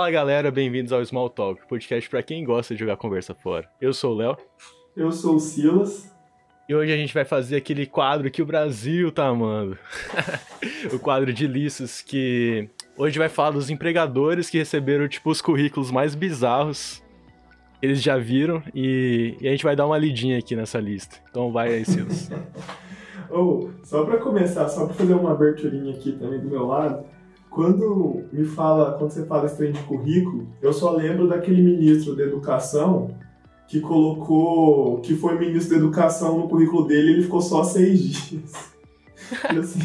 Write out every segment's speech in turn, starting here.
Fala galera, bem-vindos ao Small Talk, podcast pra quem gosta de jogar conversa fora. Eu sou o Léo. Eu sou o Silas. E hoje a gente vai fazer aquele quadro que o Brasil tá amando. O quadro de listas que hoje vai falar dos empregadores que receberam tipo os currículos mais bizarros que eles já viram e a gente vai dar uma lidinha aqui nessa lista. Então vai aí, Silas. Só pra começar, só pra fazer uma aberturinha aqui também do meu lado, quando você fala esse trem de currículo, eu só lembro daquele ministro da Educação que colocou, que foi ministro da Educação no currículo dele e ele ficou só 6 dias. E assim,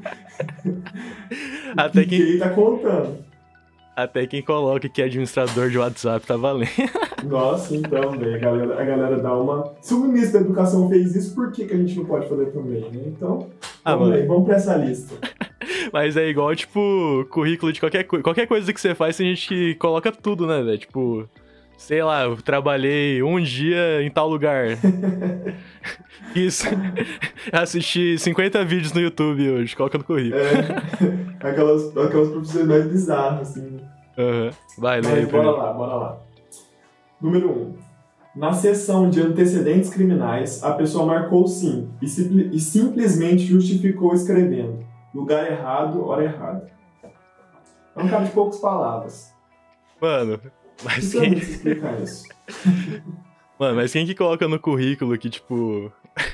Até quem ele tá contando. Até quem coloca que é administrador de WhatsApp tá valendo. Nossa, então, velho, a galera dá uma... Se o ministro da Educação fez isso, por que a gente não pode fazer também, né? Então, vamos pra essa lista. Mas é igual, tipo, currículo de qualquer coisa que você faz, tem gente que coloca tudo, né, velho? Tipo, sei lá, eu trabalhei um dia em tal lugar. Isso. Assisti 50 vídeos no YouTube hoje, coloca no currículo. Aquelas profissões mais bizarras, assim. Uhum. Vai, Mas lê bora lá. Número 1. Na seção de antecedentes criminais, a pessoa marcou sim e simplesmente justificou escrevendo lugar errado, hora errada. É um cara de poucas palavras. Mano, mas quem... explicar isso? Mano, mas quem que coloca no currículo que, tipo...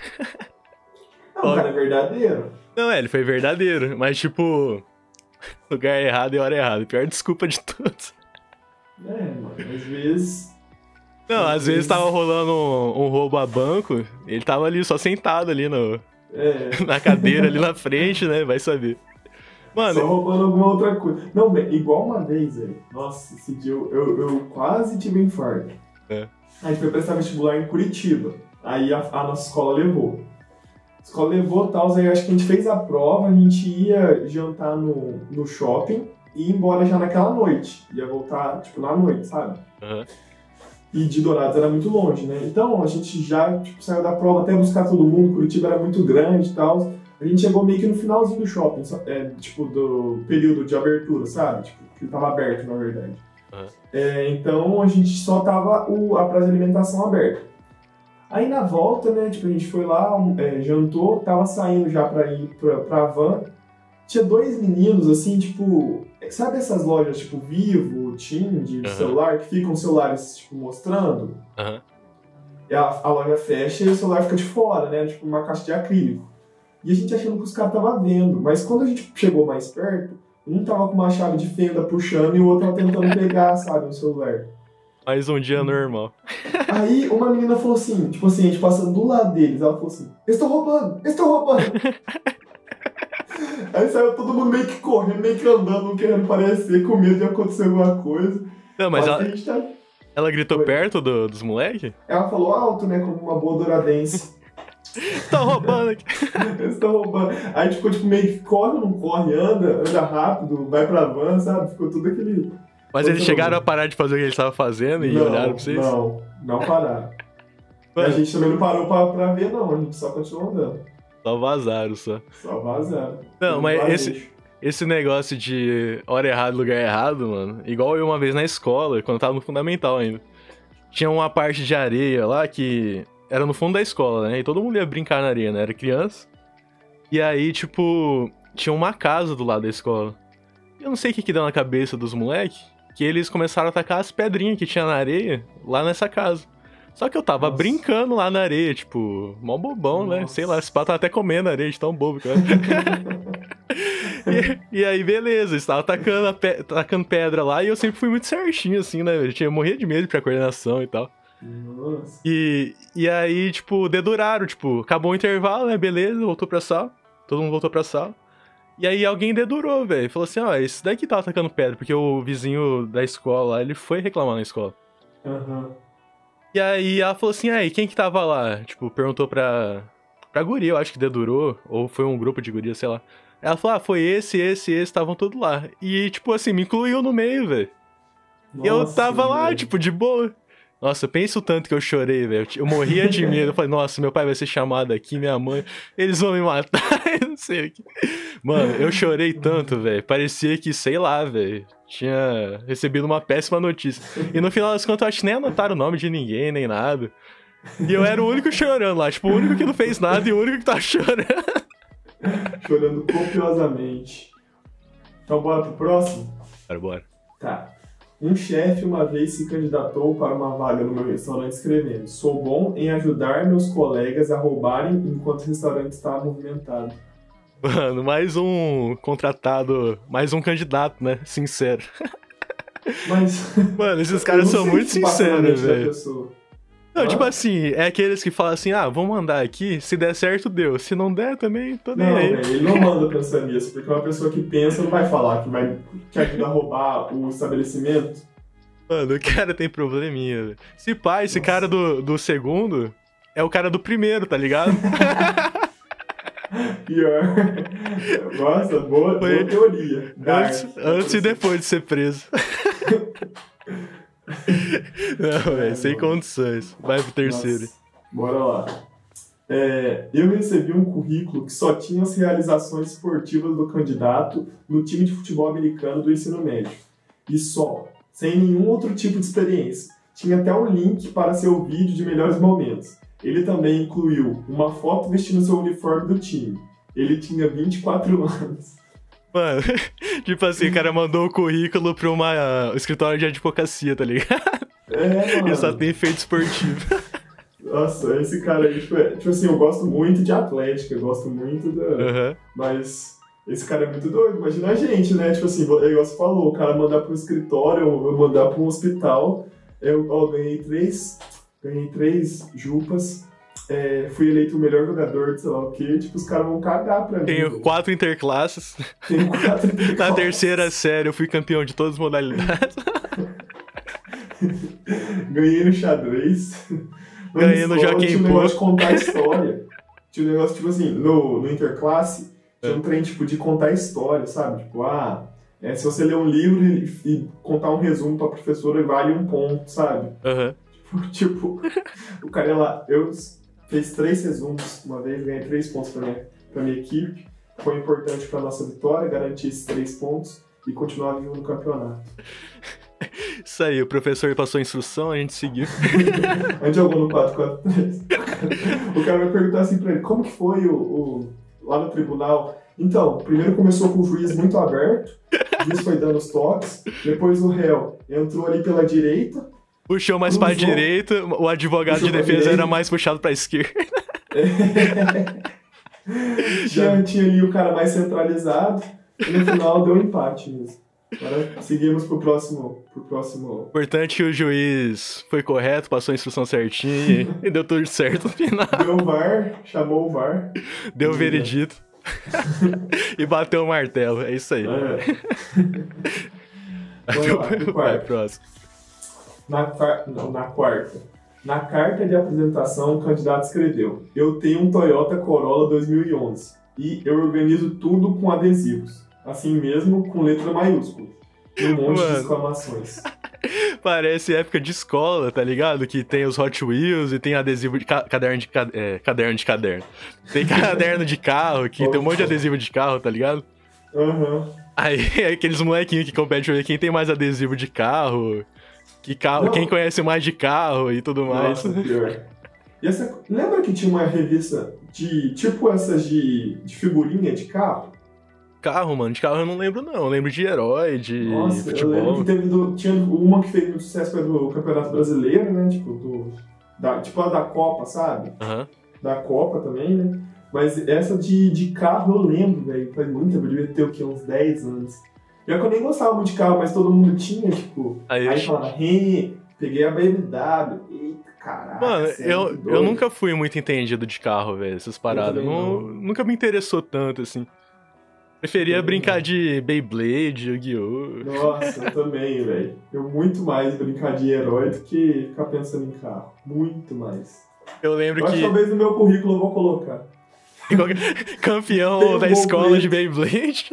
Não, o cara é verdadeiro. Não, ele foi verdadeiro, mas, tipo... Lugar errado e hora errada. Pior desculpa de todos. Mano, às vezes... Não, às vezes tava rolando um roubo a banco, ele tava ali só sentado ali na cadeira ali na frente, né? Vai saber. Mano, só roubando alguma outra coisa. Não, igual uma vez, velho. Nossa, esse dia eu quase tive um infarto. A gente foi prestar vestibular em Curitiba. Aí a nossa escola levou. A escola levou e tal, aí acho que a gente fez a prova, a gente ia jantar no shopping e ir embora já naquela noite. Ia voltar, tipo, na noite, sabe? Uhum. E de Dourados era muito longe, né? Então a gente já saiu da prova até buscar todo mundo, Curitiba era muito grande e tal. A gente chegou meio que no finalzinho do shopping, tipo, do período de abertura, sabe? Tipo, que tava aberto, na verdade. Uhum. Então a gente só tava a praça de alimentação aberta. Aí na volta, né, tipo, a gente foi lá, jantou, tava saindo já pra ir pra van. Tinha 2 meninos, assim, tipo... Sabe essas lojas, tipo, Vivo, TIM, de celular, que ficam os celulares, tipo, mostrando? Uhum. E a loja fecha e o celular fica de fora, né? Tipo, uma caixa de acrílico. E a gente achando que os caras estavam vendo. Mas quando a gente chegou mais perto, um tava com uma chave de fenda puxando e o outro tava tentando pegar, sabe, o celular. Mais um dia normal. Aí uma menina falou assim, tipo assim, a gente passando do lado deles, ela falou assim, eles estão roubando! Aí saiu todo mundo meio que correndo, meio que andando, não querendo parecer, com medo de acontecer alguma coisa. Não, mas ela gritou perto dos moleques? Ela falou alto, né, como uma boa douradense. Estão roubando aqui. Eles estão roubando. Aí a gente ficou tipo meio que corre ou não corre, anda rápido, vai pra van, sabe? Ficou tudo aquele... Mas eles chegaram a parar de fazer o que eles estavam fazendo e olharam pra vocês? Não pararam. A gente também não parou pra ver, não. A gente só continuou andando. Só vazaram, só. Só vazaram. Não, mas esse negócio de hora errada, lugar errado, mano, igual eu uma vez na escola, quando eu tava no fundamental ainda. Tinha uma parte de areia lá que era no fundo da escola, né? E todo mundo ia brincar na areia, né? Era criança. E aí, tipo, tinha uma casa do lado da escola. Eu não sei o que deu na cabeça dos moleques, que eles começaram a atacar as pedrinhas que tinha na areia lá nessa casa. Só que eu tava brincando lá na areia, tipo, mó bobão, né? Sei lá, esse pá tava até comendo a areia de tão bobo, cara. e aí, beleza, eles estavam atacando pedra lá e eu sempre fui muito certinho, assim, né? Eu morria de medo pra coordenação e tal. Nossa. E aí, tipo, deduraram, tipo, acabou o intervalo, né? Beleza, voltou pra sala. Todo mundo voltou pra sala. E aí alguém dedurou, velho. Falou assim, ó, esse daqui tá atacando pedra, porque o vizinho da escola lá, ele foi reclamar na escola. Aham. E aí ela falou assim, aí, quem que tava lá? Tipo, perguntou pra guria, eu acho que dedurou, ou foi um grupo de guria, sei lá. Ela falou, foi esse, estavam todos lá. E, tipo assim, me incluiu no meio, velho. E eu tava lá, tipo, de boa. Nossa, pensa o tanto que eu chorei, velho. Eu morria de medo. Eu falei, nossa, meu pai vai ser chamado aqui, minha mãe, eles vão me matar, eu não sei o que. Mano, eu chorei tanto, velho. Parecia que, sei lá, velho. Tinha recebido uma péssima notícia. E no final das contas, eu acho que nem anotaram o nome de ninguém, nem nada. E eu era o único chorando lá, tipo, o único que não fez nada e o único que tava chorando. Chorando copiosamente. Então bora pro próximo? Bora. Tá. Um chefe uma vez se candidatou para uma vaga no meu restaurante escrevendo: sou bom em ajudar meus colegas a roubarem enquanto o restaurante está movimentado. Mano, mais um contratado, mais um candidato, né? Sincero. Mas. Mano, esses caras são muito sinceros, velho. Não, tipo Hã? assim, é aqueles que falam assim, vou mandar aqui, se der certo, deu. Se não der, também, tô nem Não, aí. velho, ele não manda pensar nisso, porque uma pessoa que pensa não vai falar que ajuda a roubar o estabelecimento. Mano, o cara tem probleminha, velho. Se pá, esse cara do segundo é o cara do primeiro, tá ligado? Pior. Nossa, boa teoria. Antes e depois de ser preso. Não, velho, sem condições. Vai pro terceiro. Nossa, bora lá. Eu recebi um currículo que só tinha as realizações esportivas do candidato no time de futebol americano do ensino médio. E só, sem nenhum outro tipo de experiência. Tinha até um link para seu vídeo de melhores momentos. Ele também incluiu uma foto vestindo seu uniforme do time. Ele tinha 24 anos. Mano, tipo assim, o cara mandou o currículo pra uma escritório de advocacia, tá ligado? Mano. Ele só tem feito esportivo. Nossa, esse cara aí, tipo assim, eu gosto muito de atlética, eu gosto muito da... Uhum. Mas esse cara é muito doido, imagina a gente, né? Tipo assim, igual você falou, o cara mandar pro escritório, eu mandar pro hospital, eu ganhei três jupas, fui eleito o melhor jogador de sei lá o quê, tipo, os caras vão cagar pra mim. Tenho 4 interclasses. Na terceira série eu fui campeão de todas as modalidades. Ganhei no xadrez. Ganhei no Jockey Tinha um negócio de contar história. Tinha um negócio, tipo assim, no interclasse, tinha um trem, tipo, de contar história, sabe? Tipo, se você ler um livro e contar um resumo pra professora, vale um ponto, sabe? Uhum. Tipo, o cara ia lá, eu fiz 3 resumos uma vez, ganhei 3 pontos pra minha equipe. Foi importante pra nossa vitória, garantir esses 3 pontos e continuar vivo no campeonato. Isso aí, o professor passou a instrução, a gente seguiu. A gente jogou no 4-4-3. O cara vai perguntar assim pra ele, como que foi lá no tribunal? Então, primeiro começou com o juiz muito aberto, o juiz foi dando os toques, depois o réu entrou ali pela direita. Puxou mais pra direita, o advogado de defesa era mais puxado pra esquerda. Tinha ali o cara mais centralizado, e no final deu um empate mesmo. Agora seguimos pro próximo. Importante que o juiz foi correto, passou a instrução certinha e deu tudo certo no final. Deu o VAR, chamou o VAR. Deu o veredito. E bateu o martelo, é isso aí. Vai, próximo. Na quarta. Na carta de apresentação, o candidato escreveu: eu tenho um Toyota Corolla 2011 e eu organizo tudo com adesivos. Assim mesmo, com letra maiúscula. E um monte de exclamações. Parece época de escola, tá ligado? Que tem os Hot Wheels e tem adesivo de caderno de caderno. Tem caderno de carro, que tem um monte de adesivo de carro, tá ligado? Uhum. Aí aqueles molequinhos que competem pra ver quem tem mais adesivo de carro, quem conhece mais de carro e tudo mais. Nossa, pior. E lembra que tinha uma revista tipo essas de figurinha de carro? Carro, mano, de carro eu não lembro não, eu lembro de herói, de futebol. Eu lembro que tinha uma que fez muito sucesso foi do Campeonato Brasileiro, né, tipo a da Copa, sabe? Uhum. Da Copa também, né? Mas essa de carro eu lembro, velho, faz muito tempo, eu devia ter o quê, uns 10 anos. Já que eu nem gostava muito de carro, mas todo mundo tinha, tipo, aí falava, peguei a BMW, eita, caraca. Mano, eu nunca fui muito entendido de carro, velho, essas paradas, nunca me interessou tanto, assim. Preferia brincar de Beyblade, Yu-Gi-Oh! Nossa, eu também, velho. Eu muito mais brincar de herói do que ficar pensando em carro. Muito mais. Eu lembro que... talvez no meu currículo eu vou colocar. Campeão da escola de Beyblade.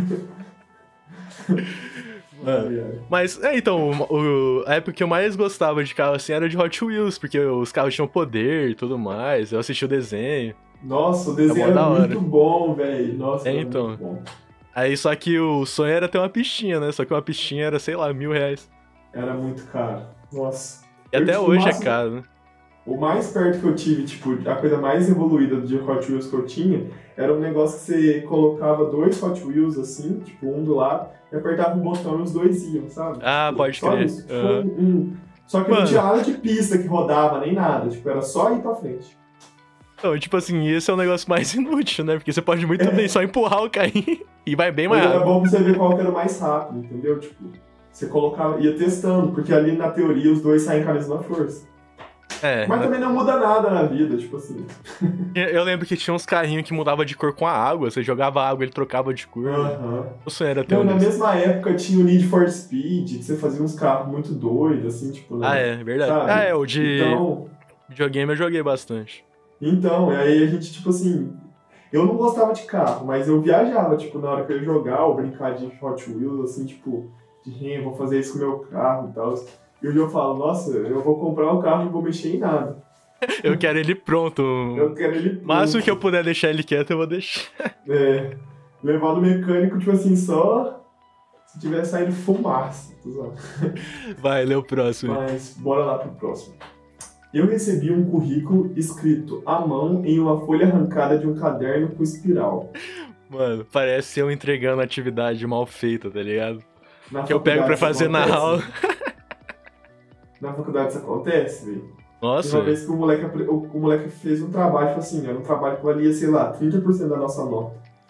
Mas, então, a época que eu mais gostava de carro, assim, era de Hot Wheels, porque os carros tinham poder e tudo mais, eu assisti o desenho. Nossa, o desenho era muito bom, velho. Nossa, então. muito bom. Aí só que o sonho era ter uma pistinha, né? Só que uma pistinha era, sei lá, R$ 1.000. Era muito caro. Nossa. E até hoje é caro, né? O mais perto que eu tive, tipo, a coisa mais evoluída de Hot Wheels que eu tinha, era um negócio que você colocava 2 Hot Wheels, assim, tipo, um do lado, e apertava um botão e os dois iam, sabe? Ah, tipo, pode crer. Isso. Só que não tinha nada de pista que rodava, nem nada. Tipo, era só ir pra frente. Então, tipo assim, esse é o negócio mais inútil, né? Porque você pode muito bem só empurrar o carrinho e vai bem mais rápido. Era bom pra você ver qual que era o mais rápido, entendeu? Tipo, você colocava, ia testando, porque ali na teoria os dois saem com a mesma força. Mas também não muda nada na vida, tipo assim. Eu lembro que tinha uns carrinhos que mudava de cor com a água. Você jogava água, ele trocava de cor. O sonho era ter na mesma época tinha o Need for Speed, que você fazia uns carros muito doidos, assim, tipo... Né? Ah, é, verdade. Sabe? O de videogame eu joguei bastante. Então, e aí a gente, tipo assim... Eu não gostava de carro, mas eu viajava, tipo, na hora que eu ia jogar ou brincar de Hot Wheels, assim, tipo... vou fazer isso com o meu carro e tal... E hoje eu falo, nossa, eu vou comprar um carro e não vou mexer em nada. Eu quero ele pronto. Eu quero ele pronto. Máximo que eu puder deixar ele quieto, eu vou deixar. Levar no mecânico, tipo assim, só se tiver saindo fumaça. Vai, lê o próximo. Mas, bora lá pro próximo. Eu recebi um currículo escrito à mão em uma folha arrancada de um caderno com espiral. Mano, parece eu entregando atividade mal feita, tá ligado? Que eu pego pra fazer na aula. Na faculdade isso acontece, velho. Nossa. Uma vez que o moleque fez um trabalho, tipo assim, era um trabalho que valia, sei lá, 30% da nossa nota.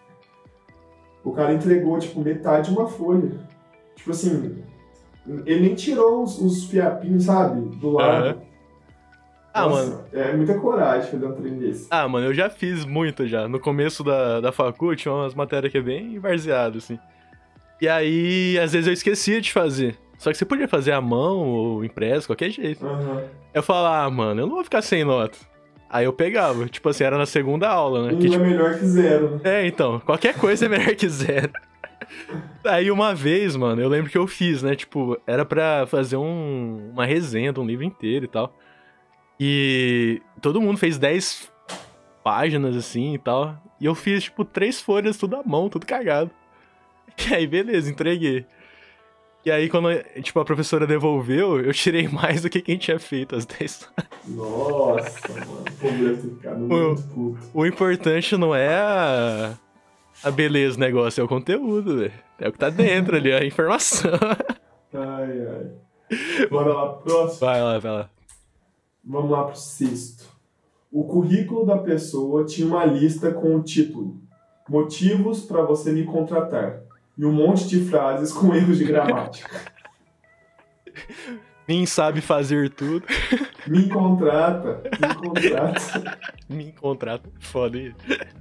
O cara entregou, tipo, metade de uma folha. Tipo assim, ele nem tirou os fiapinhos, sabe, do lado. Nossa, mano. É muita coragem fazer um trem desse. Mano, eu já fiz muito já. No começo da facu, tinha umas matérias que é bem varzeado, assim. E aí, às vezes eu esquecia de fazer. Só que você podia fazer à mão ou impresso, qualquer jeito. Eu falava, mano, eu não vou ficar sem nota. Aí eu pegava, tipo assim, era na segunda aula, né? É melhor que zero, né? Então, qualquer coisa é melhor que zero. Aí uma vez, mano, eu lembro que eu fiz, né? Tipo, era pra fazer uma resenha de um livro inteiro e tal. E todo mundo fez 10 páginas, assim, e tal. E eu fiz, tipo, 3 folhas, tudo à mão, tudo cagado. E aí, beleza, entreguei. E aí, quando, tipo, a professora devolveu, eu tirei mais do que quem tinha feito as 10. Nossa, mano. Pô, deve ter ficado muito puto. O importante não é a beleza do negócio, é o conteúdo, velho. É o que tá dentro ali, a informação. Ai. Bora lá pro próximo? Vai lá. Vamos lá pro 6º. O currículo da pessoa tinha uma lista com o título: Motivos para você me contratar. E um monte de frases com erros de gramática. Nem sabe fazer tudo. Me contrata. Me contrata. Foda aí.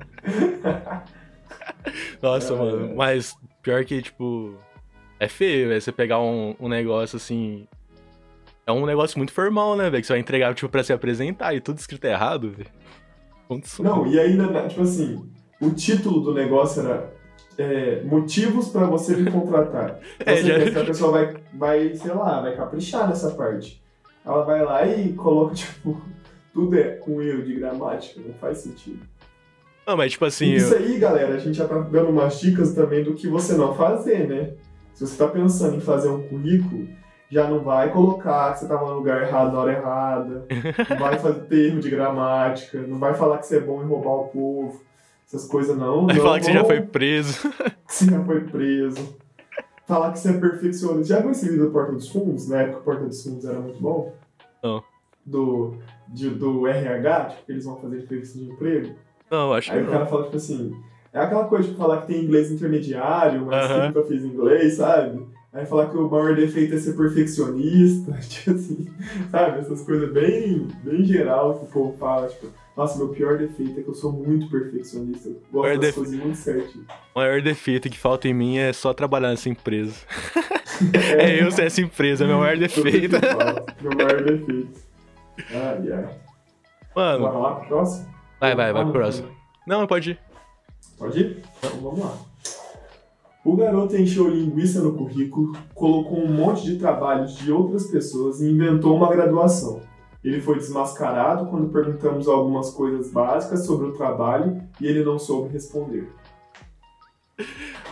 Nossa, mano. Mas pior que, tipo... É feio, velho. Você pegar um negócio assim... É um negócio muito formal, né, velho? Que você vai entregar, tipo, pra se apresentar e tudo escrito errado, velho. Não, e ainda, tipo assim... O título do negócio era... motivos pra você me contratar. A pessoa vai, sei lá, vai caprichar nessa parte. Ela vai lá e coloca, tipo, tudo com erro de gramática, não faz sentido. Não, mas tipo assim... Isso aí, galera, a gente já tá dando umas dicas também do que você não fazer, né? Se você tá pensando em fazer um currículo, já não vai colocar que você tava no lugar errado na hora errada, não vai ter erro de gramática, não vai falar que você é bom em roubar o povo. Essas coisas não. Vai falar que você já foi preso. Você já foi preso. Falar que você é perfeccionista. Já viu esse vídeo do Porta dos Fundos? Na época o Porta dos Fundos era muito bom. Não. Do RH, tipo, que eles vão fazer entrevista de emprego. Não, acho que não. Aí o cara fala, tipo assim... É aquela coisa de falar que tem inglês intermediário, mas que nunca fez inglês, sabe? Aí falar que o maior defeito é ser perfeccionista. Tipo assim, sabe? Essas coisas bem geral que o povo fala, tipo... Nossa, meu pior defeito é que eu sou muito perfeccionista. Eu gosto das coisas muito certinho. O maior defeito que falta em mim é só trabalhar nessa empresa. Eu ser essa empresa, é meu maior defeito. Meu maior defeito. Ai. Mano. Bora lá pro próximo? Vai pro próximo. Não, pode ir. Pode ir? Então vamos lá. O garoto encheu linguiça no currículo, colocou um monte de trabalhos de outras pessoas e inventou uma graduação. Ele foi desmascarado quando perguntamos algumas coisas básicas sobre o trabalho e ele não soube responder.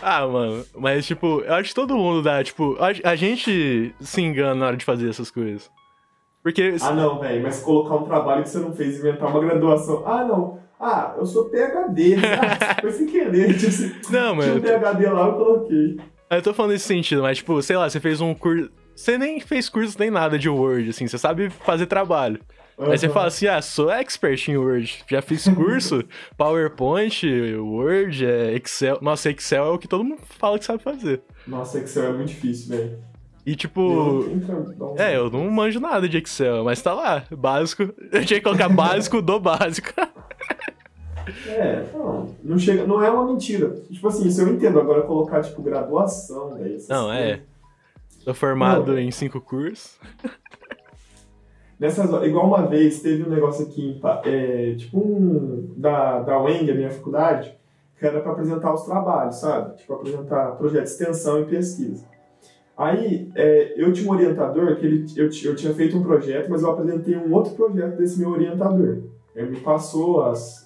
Ah, mano, mas, tipo, eu acho que todo mundo dá, tipo, a gente se engana na hora de fazer essas coisas. Porque... Ah, não, velho, mas colocar um trabalho que você não fez, inventar uma graduação. Ah, não. Ah, eu sou PhD. Ah, foi sem querer. Tipo, não, tinha um PhD lá, eu coloquei. Eu tô falando nesse sentido, mas, tipo, sei lá, você fez um curso... Você nem fez curso nem nada de Word, assim, você sabe fazer trabalho. Aí você fala assim, sou expert em Word. Já fiz curso, PowerPoint, Word, Excel. Nossa, Excel é o que todo mundo fala que sabe fazer. Nossa, Excel é muito difícil, velho. E tipo... eu não manjo nada de Excel, mas tá lá, básico. Eu tinha que colocar básico do básico. Não chega, não é uma mentira. Tipo assim, isso eu entendo. Agora colocar, tipo, graduação, velho. Não, Tô formado em 5 cursos. Igual uma vez, teve um negócio aqui, da UENG, a minha faculdade, que era pra apresentar os trabalhos, sabe? Tipo, apresentar projeto de extensão e pesquisa. Aí, eu tinha um orientador que eu tinha feito um projeto, mas eu apresentei um outro projeto desse meu orientador. Ele me passou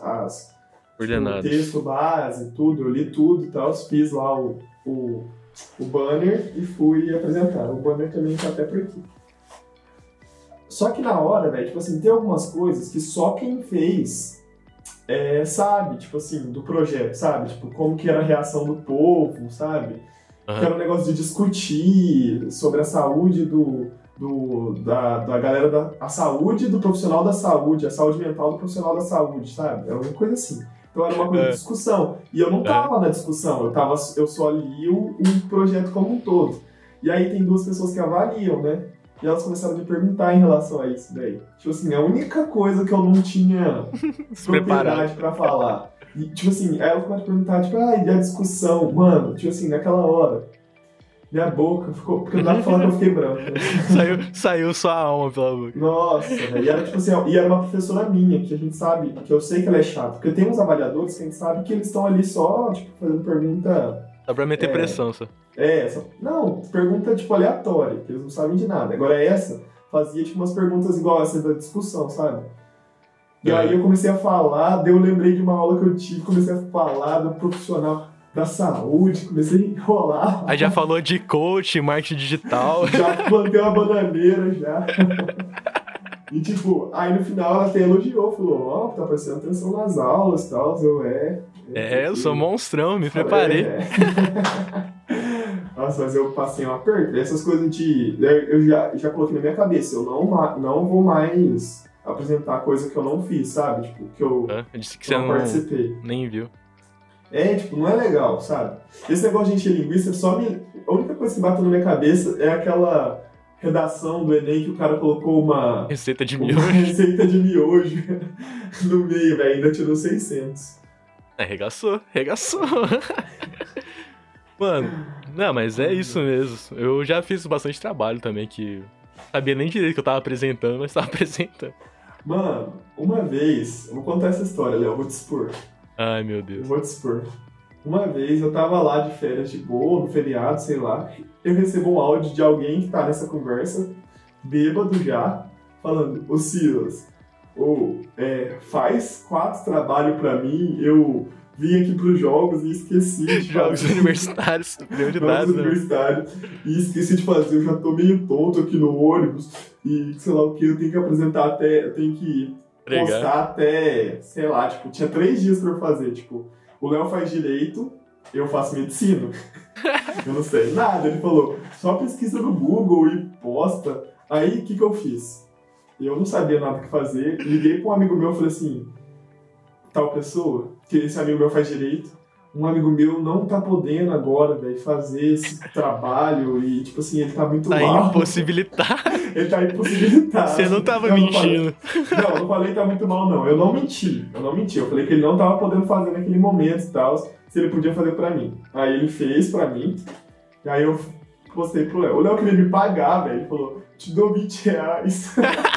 o texto base, tudo, eu li tudo e tal, fiz lá o banner e fui apresentar. O banner também tá até por aqui. Só que na hora, velho, tipo assim, tem algumas coisas que só quem fez sabe, tipo assim, do projeto, sabe? Tipo, como que era a reação do povo, sabe? Que era um negócio de discutir sobre a saúde da galera a saúde do profissional da saúde, a saúde mental do profissional da saúde, sabe? Era uma coisa assim. Então era uma coisa de discussão. E eu não tava na discussão, eu só li o projeto como um todo. E aí tem duas pessoas que avaliam, né? E elas começaram a me perguntar em relação a isso daí. Tipo assim, a única coisa que eu não tinha propriedade pra falar. E, tipo assim, aí elas começaram a perguntar, tipo, e a discussão? Mano, tipo assim, naquela hora, minha boca ficou... Porque não dá pra falar que eu fiquei branco. Né? Saiu sua alma pela boca. Nossa, velho. E era tipo assim, e era uma professora minha, que a gente sabe, que eu sei que ela é chata. Porque tem uns avaliadores que a gente sabe que eles estão ali só, tipo, fazendo pergunta... Dá pra meter pressão, só. Não, pergunta, tipo, aleatória, que eles não sabem de nada. Agora essa fazia, tipo, umas perguntas igual essa da discussão, sabe? E aí eu comecei a falar, daí eu lembrei de uma aula que eu tive, comecei a falar do profissional da saúde, comecei a enrolar. Aí já falou de coach, marketing digital. Já plantei uma bananeira, já. E tipo, aí no final ela até elogiou, falou, tá prestando atenção nas aulas e tal, eu sou monstrão, me preparei. Nossa, mas eu passei um aperto. Essas coisas eu já coloquei na minha cabeça, eu não vou mais apresentar coisa que eu não fiz, sabe? Tipo, que eu disse que você não participei. Nem viu. Tipo, não é legal, sabe? Esse negócio de encher linguiça a única coisa que bateu na minha cabeça é aquela redação do Enem que o cara colocou uma receita de miojo no meio, velho, ainda tirou 600. Regaçou. Mano, não, mas é isso mesmo. Eu já fiz bastante trabalho também, que sabia nem direito que eu tava apresentando, mas tava apresentando. Mano, uma vez, eu vou contar essa história, Léo, eu vou te expor. Ai, meu Deus. Eu vou te expor. Uma vez eu tava lá de férias de boa, no feriado, sei lá, eu recebo um áudio de alguém que tá nessa conversa, bêbado já, falando, ô Silas, faz 4 trabalhos pra mim, eu vim aqui pros jogos e esqueci de Jogos universitários, prioridades, né? Universitários, e esqueci de fazer, eu já tô meio tonto aqui no ônibus, e sei lá o que, eu tenho que apresentar eu tenho que postar até, sei lá, tipo, tinha 3 dias pra eu fazer, tipo, o Léo faz direito, eu faço medicina. Eu não sei nada, ele falou, só pesquisa no Google e posta. Aí, o que eu fiz? Eu não sabia nada o que fazer, liguei pra um amigo meu e falei assim, tal pessoa, que esse amigo meu faz direito, um amigo meu não tá podendo agora, velho, fazer esse trabalho e, tipo assim, ele tá muito mal. Tá impossibilitado. Ele tá impossibilitado. Você não tava mentindo. Eu não falei que tá muito mal, não. Eu não menti. Eu falei que ele não tava podendo fazer naquele momento e tal, se ele podia fazer pra mim. Aí ele fez pra mim, e aí eu postei pro Léo. O Léo queria me pagar, velho. Ele falou, te dou R$20.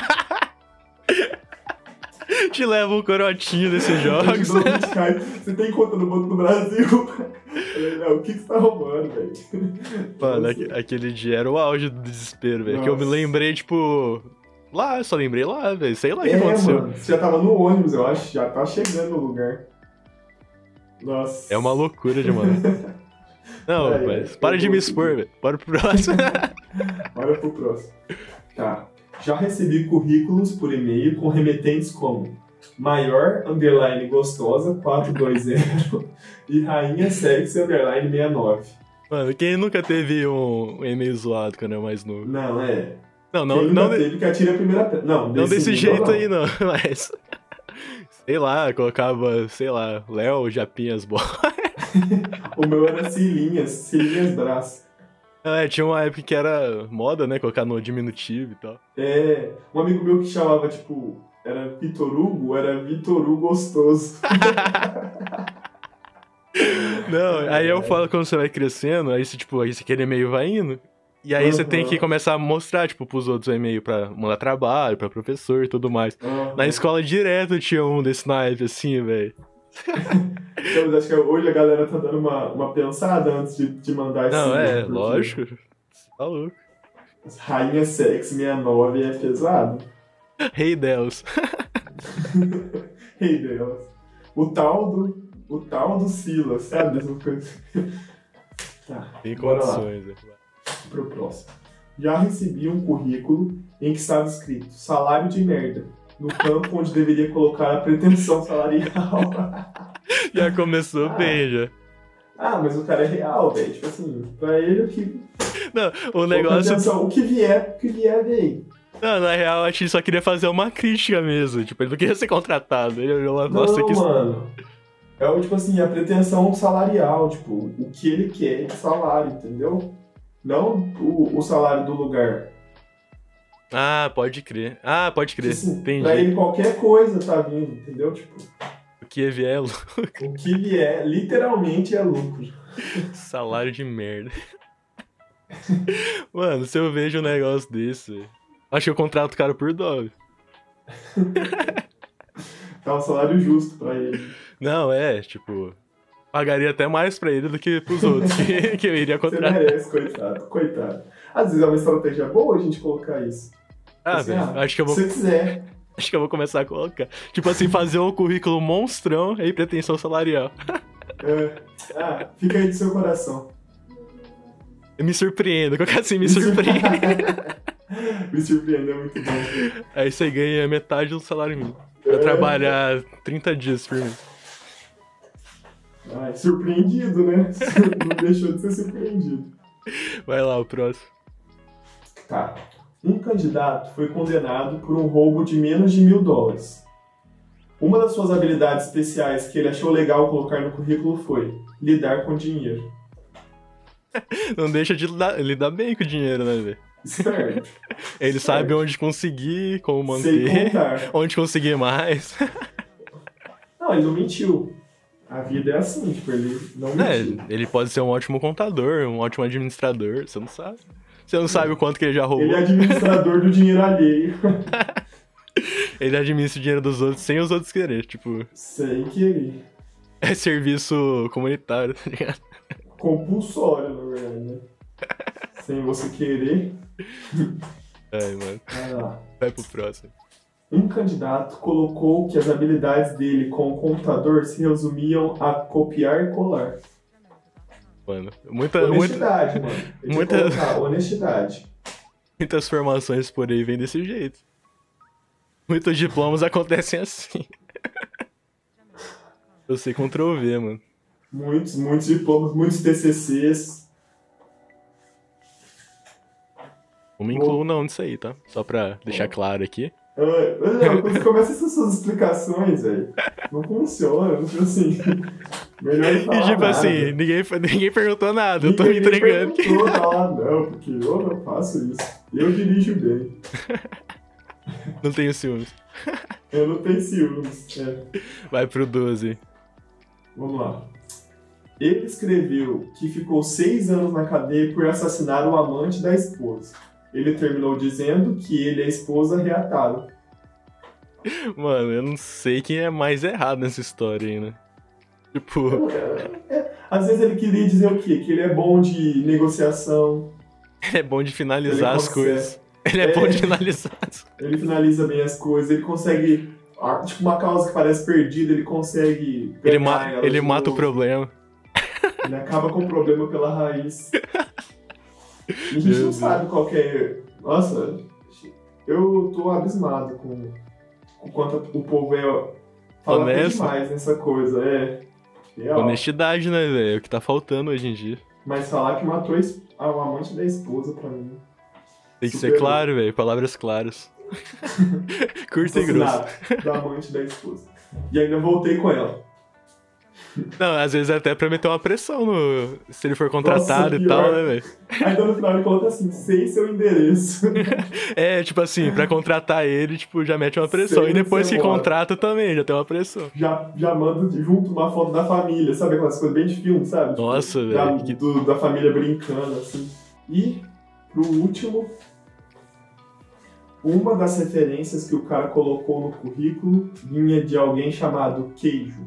Te leva um corotinho desses jogos. Eu te dou R$20. Você tem conta no Banco do Brasil? Eu falei, o que você tá roubando, velho? Mano, aquele dia era o auge do desespero, velho. Que eu me lembrei, tipo... Lá, eu só lembrei lá, velho. Sei lá o que aconteceu. Mano, você já tava no ônibus, eu acho. Já tá chegando no lugar. Nossa. É uma loucura de mano. Não, mas para de me expor, velho. Bora pro próximo. Bora pro próximo. Tá. Já recebi currículos por e-mail com remetentes como maior, underline gostosa, 420 e rainha sexy, underline 69. Mano, quem nunca teve um e-mail zoado quando é mais novo? Não, é... Não teve que atira a primeira pedra. Não, desse jeito não. Aí não, mas... Sei lá, colocava, sei lá, Léo, Japinhas, boy. O meu era Cilinhas braço. Tinha uma época que era moda, né, colocar no diminutivo e tal. Um amigo meu que chamava, tipo, era Vitor Hugo Gostoso. Não, aí eu falo quando você vai crescendo, aí você, tipo, aí aquele e-mail vai indo. E aí você tem que começar a mostrar, tipo, pros outros o e-mail pra mandar trabalho, pra professor e tudo mais. Na escola direto tinha um desse naipe, assim, velho. Então, acho que hoje a galera tá dando uma pensada antes de mandar esse e-mail. Não, lógico. Você tá louco. Rainha Sexy 69 é pesado. Rei Deus. Rei Deus. O tal do Silas, sabe? Essas coisas. Tá, tem condições, velho. Pro próximo. Já recebi um currículo em que estava escrito salário de merda, no campo onde deveria colocar a pretensão salarial. Já começou bem, já. Mas o cara é real, velho. Tipo assim, pra ele o que... Não, o negócio... O que vier, vem. Não, na real, acho que ele só queria fazer uma crítica mesmo. Tipo, ele não queria ser contratado. Ele olhou lá, nossa, que... mano. É, tipo assim, a pretensão salarial, tipo, o que ele quer de salário, entendeu? Não o salário do lugar. Pode crer. Pode crer. Assim, entendi. Pra ele qualquer coisa tá vindo, entendeu? Tipo... O que vier é lucro. O que vier, literalmente, é lucro. Salário de merda. Mano, se eu vejo um negócio desse, acho que eu contrato o cara por dó. Tá um salário justo pra ele. Não, tipo... Pagaria até mais pra ele do que pros outros que eu iria contratar. Você merece, coitado. Às vezes é uma estratégia boa a gente colocar isso. Velho, acho que eu vou... Se você quiser. Acho que eu vou começar a colocar. Tipo assim, fazer um currículo monstrão e pretensão salarial. Fica aí do seu coração. Me surpreenda, colocar assim, me surpreenda. Me surpreende, é muito bom. Aí você ganha metade do salário mínimo. Pra trabalhar 30 dias por mês. Surpreendido, né? Não deixou de ser surpreendido. Vai lá, o próximo. Tá. Um candidato foi condenado por um roubo de menos de $1.000. Uma das suas habilidades especiais que ele achou legal colocar no currículo foi lidar com dinheiro. Não deixa de lidar bem com o dinheiro, né, velho? Esperto. Ele sabe onde conseguir, como manter, sei contar. Onde conseguir mais. Não, ele não mentiu. A vida é assim, tipo, ele não mentiu. Ele pode ser um ótimo contador, um ótimo administrador, você não sabe. Você não sabe o quanto que ele já roubou. Ele é administrador do dinheiro alheio. Ele administra o dinheiro dos outros sem os outros querer, tipo... Sem querer. É serviço comunitário, tá ligado? Compulsório, na verdade, né? Sem você querer. Mano. Vai lá. Vai pro próximo. Um candidato colocou que as habilidades dele com o computador se resumiam a copiar e colar. Mano, honestidade, mano. Honestidade. Muitas formações por aí vêm desse jeito. Muitos diplomas acontecem assim. Eu sei Ctrl+V, mano. Muitos diplomas, muitos TCCs. Não me incluo não nisso aí, tá? Só pra deixar claro aqui. Não, quando você começa essas suas explicações, velho, não funciona, tipo assim, melhor não falar E tipo nada. assim, ninguém perguntou nada, eu tô me entregando. Não, porque eu não faço isso, eu dirijo bem. Não tenho ciúmes. Eu não tenho ciúmes, Vai pro 12. Vamos lá. Ele escreveu que ficou 6 anos na cadeia por assassinar o amante da esposa. Ele terminou dizendo que ele e a esposa reataram. Mano, eu não sei quem é mais errado nessa história aí, né? Tipo... Às vezes ele queria dizer o quê? Que ele é bom de negociação. Ele é bom de finalizar as coisas. Ele é bom de finalizar as coisas. Ele finaliza bem as coisas, ele consegue... Tipo, uma causa que parece perdida, ele consegue... Ele mata o problema. Ele acaba com o problema pela raiz. E a gente não sabe qual que é... Nossa, eu tô abismado com o quanto o povo fala demais nessa coisa. Real. Honestidade, né, velho? É o que tá faltando hoje em dia. Mas falar que matou o amante da esposa, pra mim... Tem que ser claro, velho. Palavras claras. Curto e grosso. Da amante da esposa. E ainda voltei com ela. Não, às vezes é até pra meter uma pressão se ele for contratado. Nossa, e tal, né, velho? Ainda no final ele coloca assim, sei seu endereço. Tipo assim, pra contratar ele, tipo, já mete uma pressão. E depois que contrata também, já tem uma pressão. Já manda junto uma foto da família, sabe? Aquelas coisas bem de filme, sabe? Nossa, tipo, velho. Da família brincando, assim. E, pro último, uma das referências que o cara colocou no currículo vinha de alguém chamado Queijo.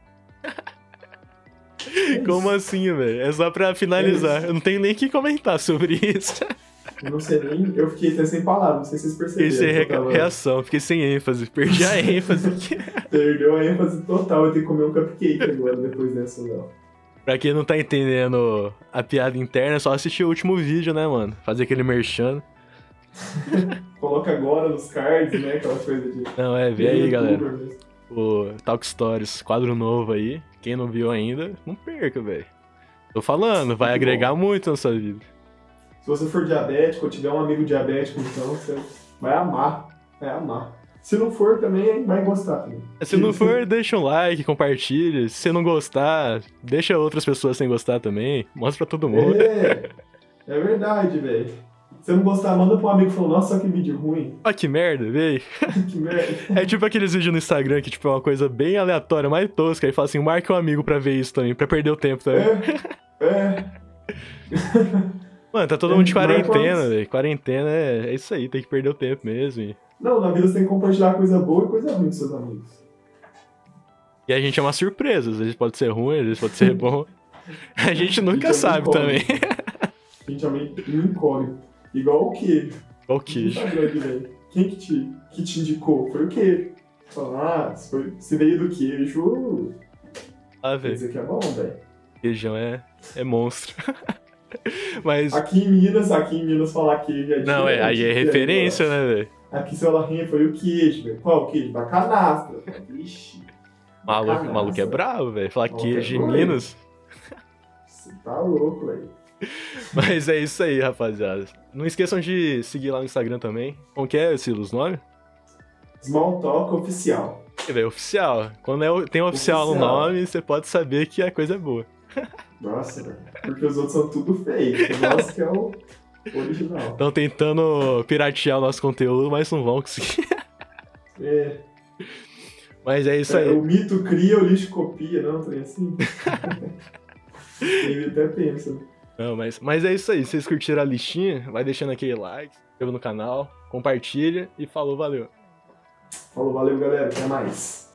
Como assim, velho? É só pra finalizar. Eu não tenho nem o que comentar sobre isso. Eu não sei nem... Eu fiquei até sem palavras, não sei se vocês perceberam. Fiquei sem reação, fiquei sem ênfase. Perdi a ênfase aqui. Perdeu a ênfase total. Eu tenho que comer um cupcake agora, depois dessa, Léo. Pra quem não tá entendendo a piada interna, é só assistir o último vídeo, né, mano? Fazer aquele merchan. Coloca agora nos cards, né? Aquela coisa de... Não, vê aí, galera. Mesmo. O Talk Stories, quadro novo aí. Quem não viu ainda, não perca, velho. Tô falando, vai agregar muito na sua vida. Se você for diabético ou tiver um amigo diabético, então você vai amar. Vai amar. Se não for, também vai gostar. Também. Se não for, deixa um like, compartilha. Se você não gostar, deixa outras pessoas sem gostar também. Mostra pra todo mundo. É verdade, velho. Se você não gostar, manda pra um amigo e fala, nossa, que vídeo ruim. Ó, que merda, véi. Que merda. É tipo aqueles vídeos no Instagram que, tipo, é uma coisa bem aleatória, mais tosca. Aí fala assim, marque um amigo pra ver isso também, pra perder o tempo também. Mano, tá todo mundo de quarentena, velho. Quarentena é isso aí, tem que perder o tempo mesmo. Não, na vida você tem que compartilhar coisa boa e coisa ruim com seus amigos. E a gente é uma surpresa, às vezes pode ser ruim, às vezes pode ser bom. A gente nunca sabe também. A gente é meio incógnito. Igual o queijo. Igual o queijo. Quem que te indicou? Foi o queijo. Fala, se veio do queijo. Quer dizer que é bom, velho. Queijão é monstro. Mas... Aqui em Minas falar queijo é diferente. Não, aí é referência, né, velho? Aqui seu Larrinha foi o queijo, velho. Qual o queijo? Da canastra. Ixi. Maluco é bravo, velho. Falar queijo em Minas. Você tá louco, velho. Mas é isso aí, rapaziada. Não esqueçam de seguir lá no Instagram também. Como que é, Silas, o nome? Small Talk Oficial. É oficial. Quando tem oficial no nome, você pode saber que a coisa é boa. Nossa, velho. Porque os outros são tudo fake. O nosso que é o original. Estão tentando piratear o nosso conteúdo, mas não vão conseguir. Mas é isso aí. O mito cria, o lixo copia, não? Tem assim? Ele até pensa. Não, mas é isso aí. Se vocês curtiram a listinha, vai deixando aquele like, se inscreva no canal, compartilha e falou, valeu. Falou, valeu, galera. Até mais.